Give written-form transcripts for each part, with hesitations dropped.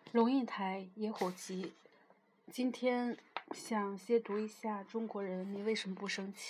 龙应台野火集，今天想先读一下中国人，你为什么不生气？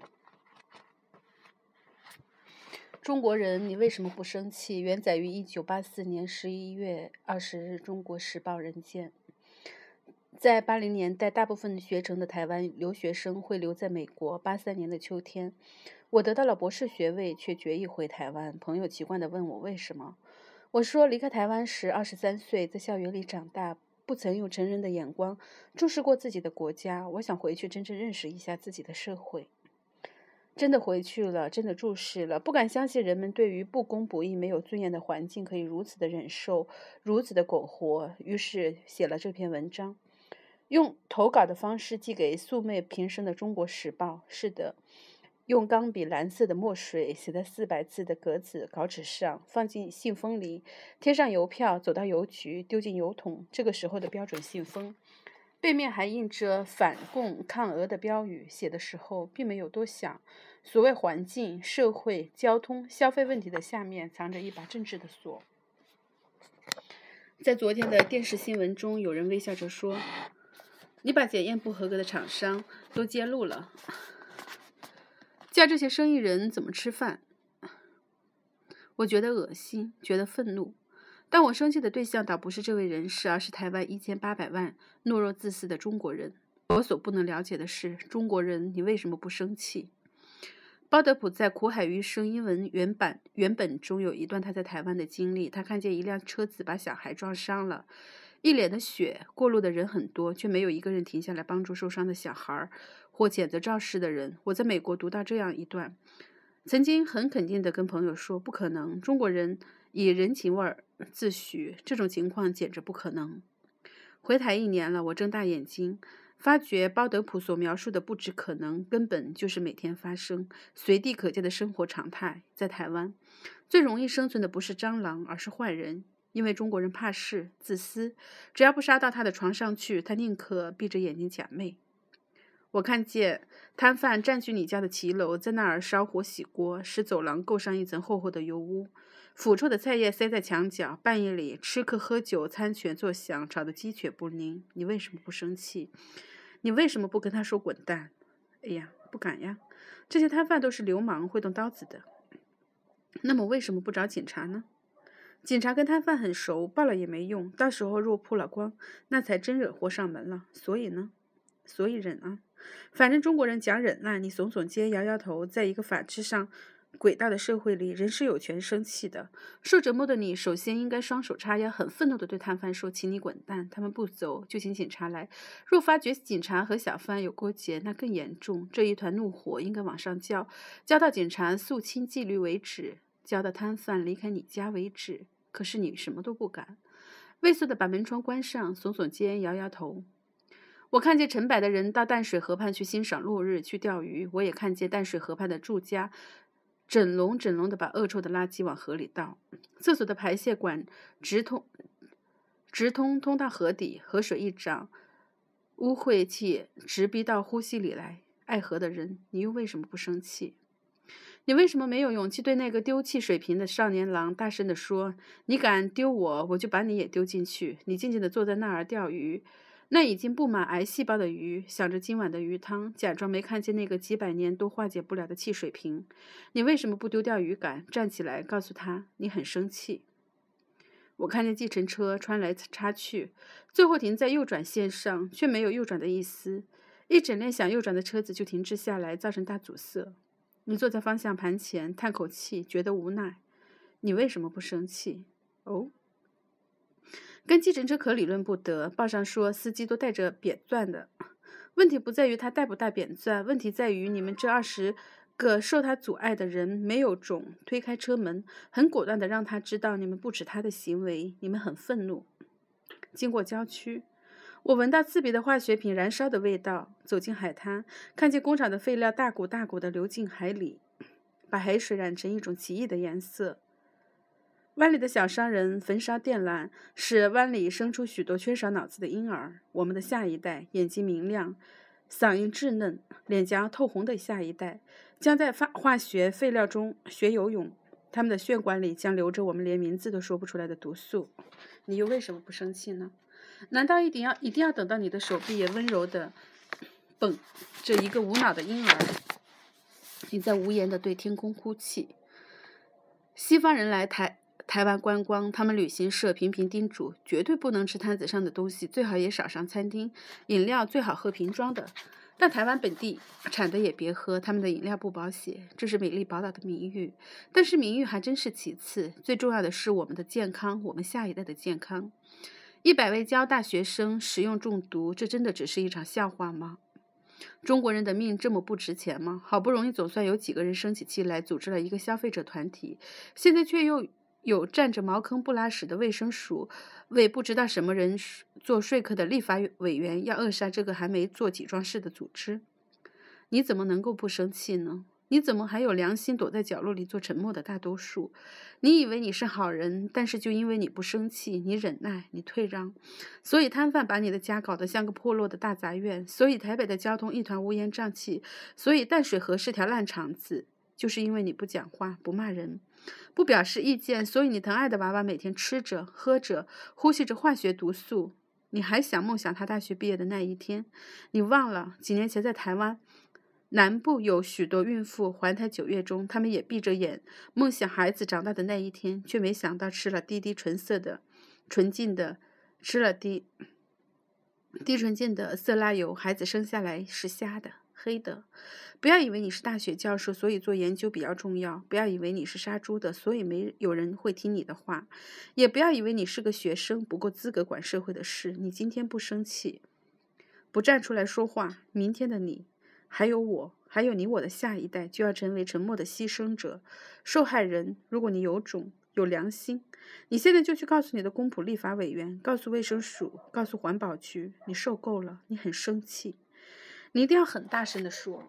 中国人，你为什么不生气？原载于1984年11月20日《中国时报》人间。在80年代，大部分学成的台湾留学生会留在美国。83年的秋天，我得到了博士学位，却决意回台湾。朋友奇怪地问我为什么。我说，离开台湾时23岁，在校园里长大，不曾用成人的眼光注视过自己的国家。我想回去真正认识一下自己的社会。真的回去了，真的注视了，不敢相信人们对于不公不义、没有尊严的环境可以如此的忍受，如此的苟活。于是写了这篇文章，用投稿的方式寄给素昧平生的《中国时报》。是的，用钢笔蓝色的墨水写在400字的格子稿纸上，放进信封里，贴上邮票，走到邮局，丢进邮筒。这个时候的标准信封背面还印着反共抗俄的标语，写的时候并没有多想。所谓环境、社会、交通、消费问题的下面藏着一把政治的锁。在昨天的电视新闻中，有人微笑着说，你把检验不合格的厂商都揭露了，叫这些生意人怎么吃饭？我觉得恶心，觉得愤怒。但我生气的对象倒不是这位人士，而是台湾1800万懦弱自私的中国人。我所不能了解的是，中国人，你为什么不生气？包德普在《苦海余生》英文原本中有一段他在台湾的经历。他看见一辆车子把小孩撞伤了，一脸的血，过路的人很多，却没有一个人停下来帮助受伤的小孩或谴责肇事的人。我在美国读到这样一段，曾经很肯定地跟朋友说，不可能，中国人以人情味自诩，这种情况简直不可能。回台1年了，我睁大眼睛，发觉包德普所描述的不止可能，根本就是每天发生、随地可见的生活常态。在台湾，最容易生存的不是蟑螂，而是坏人。因为中国人怕事、自私，只要不杀到他的床上去，他宁可闭着眼睛假寐。我看见摊贩占据你家的骑楼，在那儿烧火洗锅，使走廊垢上一层厚厚的油污，腐臭的菜叶塞在墙角，半夜里吃客喝酒，餐拳作响，吵得鸡犬不宁。你为什么不生气？你为什么不跟他说滚蛋？哎呀，不敢呀，这些摊贩都是流氓，会动刀子的。那么为什么不找警察呢？警察跟摊贩很熟，报了也没用，到时候若曝了光，那才真惹祸上门了。所以呢？所以忍啊。反正中国人讲忍耐，你耸耸肩，摇摇头。在一个法治上轨道的社会里，人是有权生气的。受折磨的你，首先应该双手叉腰，很愤怒地对摊贩说，请你滚蛋。他们不走，就请警察来。若发觉警察和小贩有勾结，那更严重。这一团怒火应该往上浇，浇到警察肃清纪律为止，浇到摊贩离开你家为止。可是你什么都不敢，畏缩地把门窗关上，耸耸肩，摇摇头。我看见成百的人到淡水河畔去欣赏落日，去钓鱼。我也看见淡水河畔的住家整笼地把恶臭的垃圾往河里倒。厕所的排泄管直通到河底，河水一涨，污秽气直逼到呼吸里来。爱河的人，你又为什么不生气？你为什么没有勇气对那个丢弃水瓶的少年郎大声地说，你敢丢我，我就把你也丢进去。你静静地坐在那儿钓鱼，那已经布满癌细胞的鱼，想着今晚的鱼汤，假装没看见那个几百年都化解不了的汽水瓶。你为什么不丢掉鱼竿，站起来告诉他你很生气？我看见计程车穿来插去，最后停在右转线上，却没有右转的意思。一整辆想右转的车子就停滞下来，造成大阻塞。你坐在方向盘前，叹口气，觉得无奈。你为什么不生气？哦，跟计程车可理论不得。报上说司机都带着扁钻的，问题不在于他带不带扁钻，问题在于你们这20个受他阻碍的人没有种推开车门，很果断地让他知道你们不止他的行为，你们很愤怒。经过郊区，我闻到刺鼻的化学品燃烧的味道，走进海滩，看见工厂的废料大股大股地流进海里，把海水染成一种奇异的颜色。湾里的小商人焚烧电缆，使湾里生出许多缺少脑子的婴儿。我们的下一代，眼睛明亮，嗓音稚嫩，脸颊透红的下一代，将在化学废料中学游泳。 他们的血管里将流着我们连名字都说不出来的毒素。你又为什么不生气呢？难道一定要等到你的手臂也温柔地捧着一个无脑的婴儿，你在无言地对天空哭泣？西方人来台湾观光，他们旅行社频频叮嘱，绝对不能吃摊子上的东西，最好也少上餐厅，饮料最好喝瓶装的，但台湾本地产的也别喝，他们的饮料不保血，这是美丽宝岛的名誉。但是名誉还真是其次，最重要的是我们的健康，我们下一代的健康。100位教大学生食用中毒，这真的只是一场笑话吗？中国人的命这么不值钱吗？好不容易总算有几个人生起气来，组织了一个消费者团体，现在却又有占着茅坑不拉屎的卫生署为不知道什么人做说客的立法委员要扼杀这个还没做几桩事的组织。你怎么能够不生气呢？你怎么还有良心躲在角落里做沉默的大多数？你以为你是好人，但是就因为你不生气，你忍耐，你退让，所以摊贩把你的家搞得像个破落的大杂院，所以台北的交通一团乌烟瘴气，所以淡水河是条烂肠子，就是因为你不讲话，不骂人，不表示意见，所以你疼爱的娃娃每天吃着喝着，呼吸着化学毒素。你还想梦想他大学毕业的那一天？你忘了几年前在台湾南部有许多孕妇怀胎9月中，她们也闭着眼梦想孩子长大的那一天，却没想到吃了低纯净的色拉油，孩子生下来是瞎的黑的。不要以为你是大学教授，所以做研究比较重要，不要以为你是杀猪的，所以没有人会听你的话，也不要以为你是个学生，不够资格管社会的事。你今天不生气，不站出来说话，明天的你还有我，还有你我的下一代，就要成为沉默的牺牲者、受害人。如果你有种有良心，你现在就去告诉你的公仆立法委员，告诉卫生署，告诉环保局，你受够了，你很生气，你一定要很大声地说。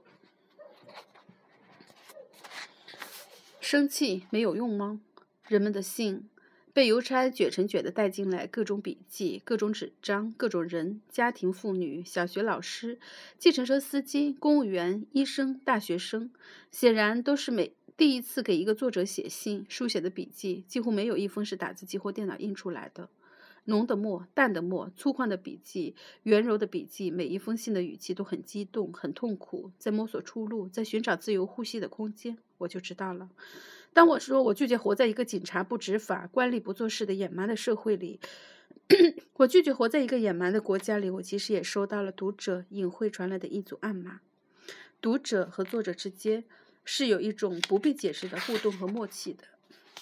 生气没有用吗？人们的信被邮差卷成卷的带进来，各种笔记，各种纸张，各种人，家庭妇女，小学老师，计程车司机，公务员，医生，大学生，显然都是第一次给一个作者写信，书写的笔记几乎没有一封是打字机或电脑印出来的。浓的墨，淡的墨，粗犷的笔记，圆柔的笔记，每一封信的语气都很激动，很痛苦，在摸索出路，在寻找自由呼吸的空间。我就知道了。当我说我拒绝活在一个警察不执法、官吏不做事的野蛮的社会里，我拒绝活在一个野蛮的国家里，我其实也收到了读者隐晦传来的一组暗码。读者和作者之间是有一种不必解释的互动和默契的。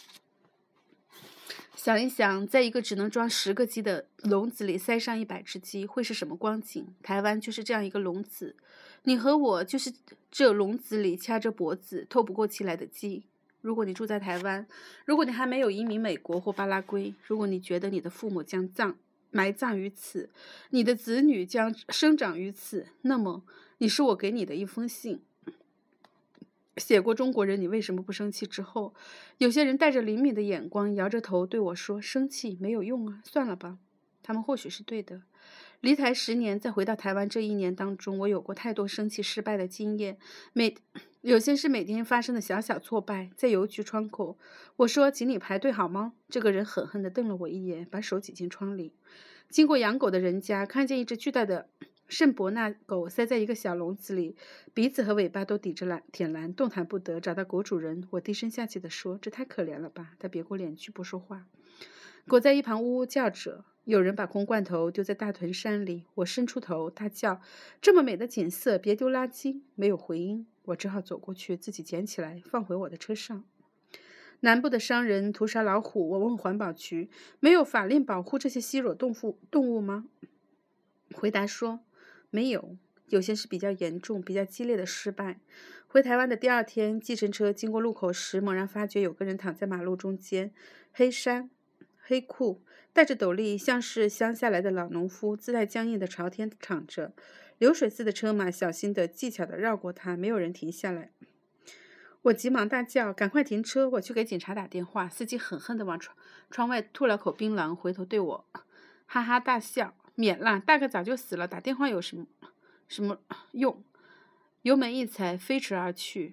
想一想，在一个只能装10个鸡的笼子里塞上100只鸡，会是什么光景？台湾就是这样一个笼子，你和我就是这笼子里掐着脖子透不过气来的鸡。如果你住在台湾，如果你还没有移民美国或巴拉圭，如果你觉得你的父母将埋葬于此，你的子女将生长于此，那么你是我给你的一封信。写过中国人你为什么不生气之后，有些人带着灵敏的眼光摇着头对我说，生气没有用啊，算了吧。他们或许是对的。离台10年再回到台湾这1年当中，我有过太多生气失败的经验，有些是每天发生的小小挫败。在邮局窗口，我说请你排队好吗？这个人狠狠地瞪了我一眼，把手挤进窗里。经过养狗的人家，看见一只巨大的圣伯纳狗塞在一个小笼子里，鼻子和尾巴都抵着铁栏，动弹不得。找到狗主人，我低声下气地说，这太可怜了吧。他别过脸去不说话。狗在一旁呜呜叫着。有人把空罐头丢在大屯山里，我伸出头大叫，这么美的景色别丢垃圾。没有回音，我只好走过去自己捡起来放回我的车上。南部的商人屠杀老虎，我问环保局，没有法令保护这些稀有动物吗？回答说没有，有些是比较严重比较激烈的失败。回台湾的第2天，计程车经过路口时，猛然发觉有个人躺在马路中间，黑衫黑裤，戴着斗笠，像是乡下来的老农夫，姿态僵硬的朝天躺着。流水似的车马小心的技巧的绕过他，没有人停下来。我急忙大叫，赶快停车，我去给警察打电话。司机狠狠地往窗外吐了口槟榔，回头对我哈哈大笑，免了，大概早就死了，打电话有什么用？油门一踩，飞驰而去。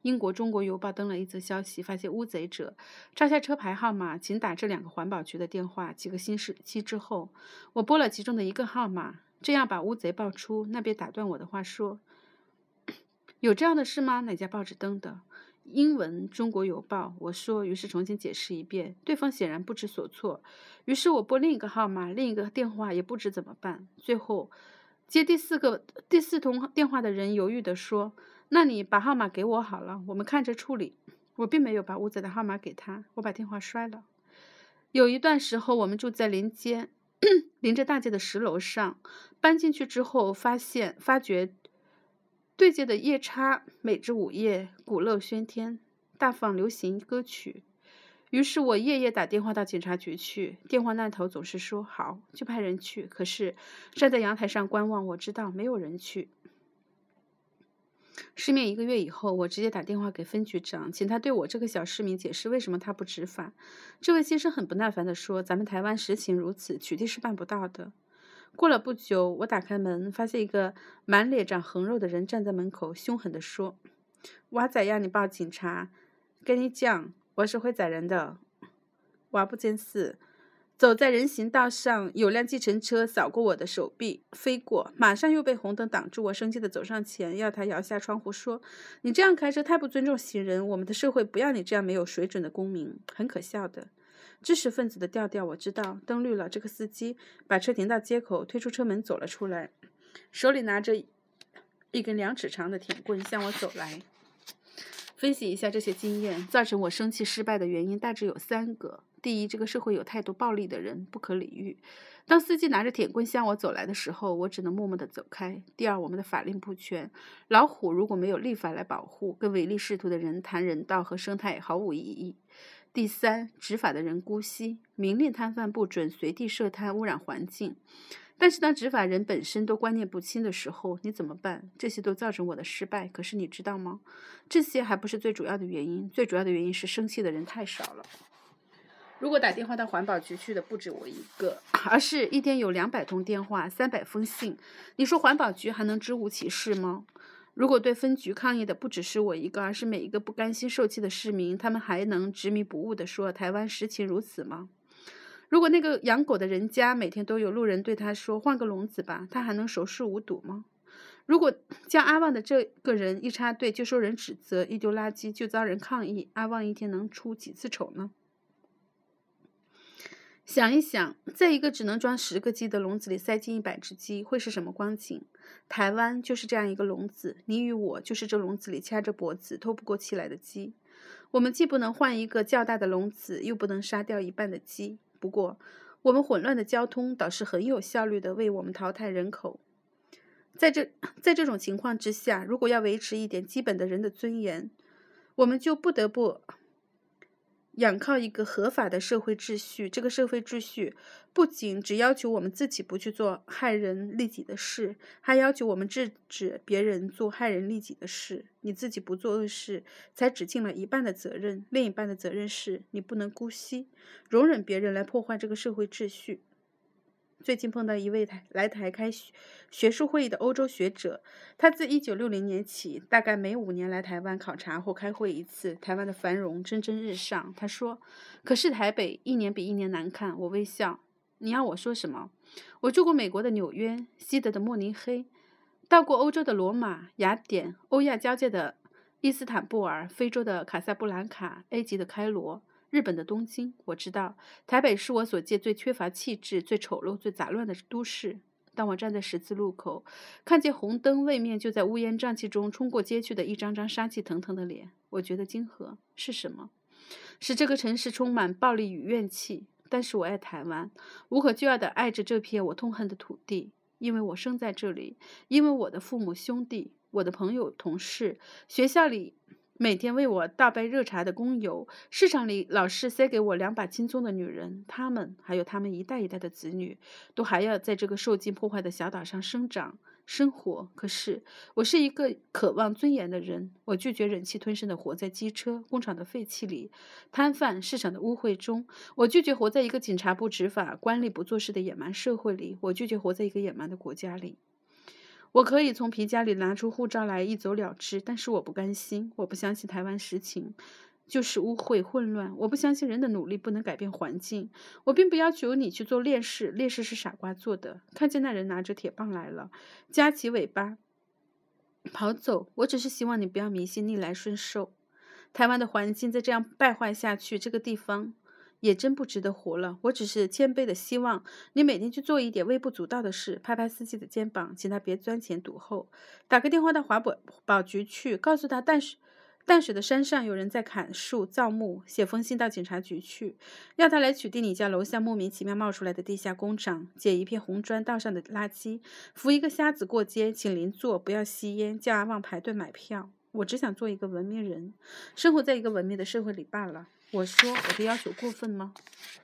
英国《中国邮报》登了一则消息，发现乌贼者抄下车牌号码，请打这2个环保局的电话。几个星期之后，我拨了其中的一个号码，这样把乌贼报出。那边打断我的话说：“有这样的事吗？哪家报纸登的？”英文《中国邮报》。我说，于是重新解释一遍。对方显然不知所措。于是我拨另一个号码，另一个电话也不知怎么办。最后，接第四通电话的人犹豫地说：“那你把号码给我好了，我们看着处理。”我并没有把乌贼的号码给他，我把电话摔了。有一段时候，我们住在临着大街的10楼上。搬进去之后，发觉对街的夜叉每至午夜鼓乐喧天，大放流行歌曲。于是我夜夜打电话到警察局去，电话那头总是说好，就派人去。可是站在阳台上观望，我知道没有人去。失眠1个月以后，我直接打电话给分局长，请他对我这个小市民解释为什么他不执法。这位先生很不耐烦地说：“咱们台湾实情如此，取缔是办不到的。”过了不久，我打开门，发现一个满脸长横肉的人站在门口，凶狠地说：“我怎样你报警察？跟你讲，我是会宰人的。”瓦不监视，走在人行道上，有辆计程车扫过我的手臂，飞过，马上又被红灯挡住。我生气地走上前，要他摇下窗户说：“你这样开车太不尊重行人，我们的社会不要你这样没有水准的公民。”很可笑的知识分子的调调，我知道。灯绿了，这个司机把车停到街口，推出车门走了出来，手里拿着一根2尺长的铁棍向我走来。分析一下这些经验，造成我生气失败的原因大致有3个。第一，这个社会有太多暴力的人，不可理喻。当司机拿着铁棍向我走来的时候，我只能默默地走开。第二，我们的法令不全，老虎如果没有立法来保护，跟唯利是图的人谈人道和生态毫无意义。第三，执法的人姑息，明令摊贩不准随地设摊污染环境。但是当执法人本身都观念不清的时候，你怎么办？这些都造成我的失败。可是你知道吗？这些还不是最主要的原因，最主要的原因是生气的人太少了。如果打电话到环保局去的不止我一个，而是一天有200通电话，300封信，你说环保局还能支无其事吗？如果对分局抗议的不只是我一个，而是每一个不甘心受气的市民，他们还能执迷不悟地说台湾实情如此吗？如果那个养狗的人家每天都有路人对他说换个笼子吧，他还能熟视无睹吗？如果叫阿旺的这个人一插队就受人指责，一丢垃圾就遭人抗议，阿旺一天能出几次丑呢？想一想，在一个只能装10个鸡的笼子里塞进100只鸡，会是什么光景？台湾就是这样一个笼子，你与我就是这笼子里掐着脖子透不过气来的鸡。我们既不能换一个较大的笼子，又不能杀掉1半的鸡。不过，我们混乱的交通倒是很有效率地为我们淘汰人口。在这种情况之下，如果要维持一点基本的人的尊严，我们就不得不仰靠一个合法的社会秩序。这个社会秩序不仅只要求我们自己不去做害人利己的事，还要求我们制止别人做害人利己的事。你自己不做恶事，才只尽了1半的责任，另1半的责任是你不能姑息，容忍别人来破坏这个社会秩序。最近碰到一位来台开学术会议的欧洲学者，他自1960年起，大概每5年来台湾考察或开会一次，台湾的繁荣蒸蒸日上。他说：“可是台北一年比一年难看。”我微笑。你要我说什么？我住过美国的纽约，西德的慕尼黑，到过欧洲的罗马、雅典，欧亚交界的伊斯坦布尔，非洲的卡萨布兰卡，埃及的开罗，日本的东京。我知道台北是我所见最缺乏气质、最丑陋、最杂乱的都市。当我站在十字路口，看见红灯位面就在乌烟瘴气中冲过街去的一张张杀气腾腾的脸，我觉得惊愕。是什么使这个城市充满暴力与怨气？但是我爱台湾，无可救药地爱着这片我痛恨的土地，因为我生在这里，因为我的父母兄弟，我的朋友同事，学校里每天为我倒杯热茶的工友，市场里老是塞给我2把青葱的女人，他们还有他们一代一代的子女，都还要在这个受尽破坏的小岛上生长生活。可是我是一个渴望尊严的人，我拒绝忍气吞声地活在机车、工厂的废气里，摊贩、市场的污秽中。我拒绝活在一个警察不执法、官吏不做事的野蛮社会里，我拒绝活在一个野蛮的国家里。 我可以从皮夹里拿出护照来一走了之，但是我不甘心，我不相信台湾实情就是污秽混乱，我不相信人的努力不能改变环境。我并不要求你去做烈士，烈士是傻瓜做的。看见那人拿着铁棒来了，夹起尾巴跑走。我只是希望你不要迷信逆来顺受。台湾的环境再这样败坏下去，这个地方也真不值得活了。我只是谦卑的希望你每天去做一点微不足道的事，拍拍司机的肩膀，请他别钻前堵后，打个电话到环保局去，告诉他淡水的山上有人在砍树造木，写封信到警察局去，要他来取缔你家楼下莫名其妙冒出来的地下工厂，捡一片红砖道上的垃圾，扶一个瞎子过街，请邻座不要吸烟，叫阿旺排队买票。我只想做一个文明人，生活在一个文明的社会里罢了。我说我的要求过分吗？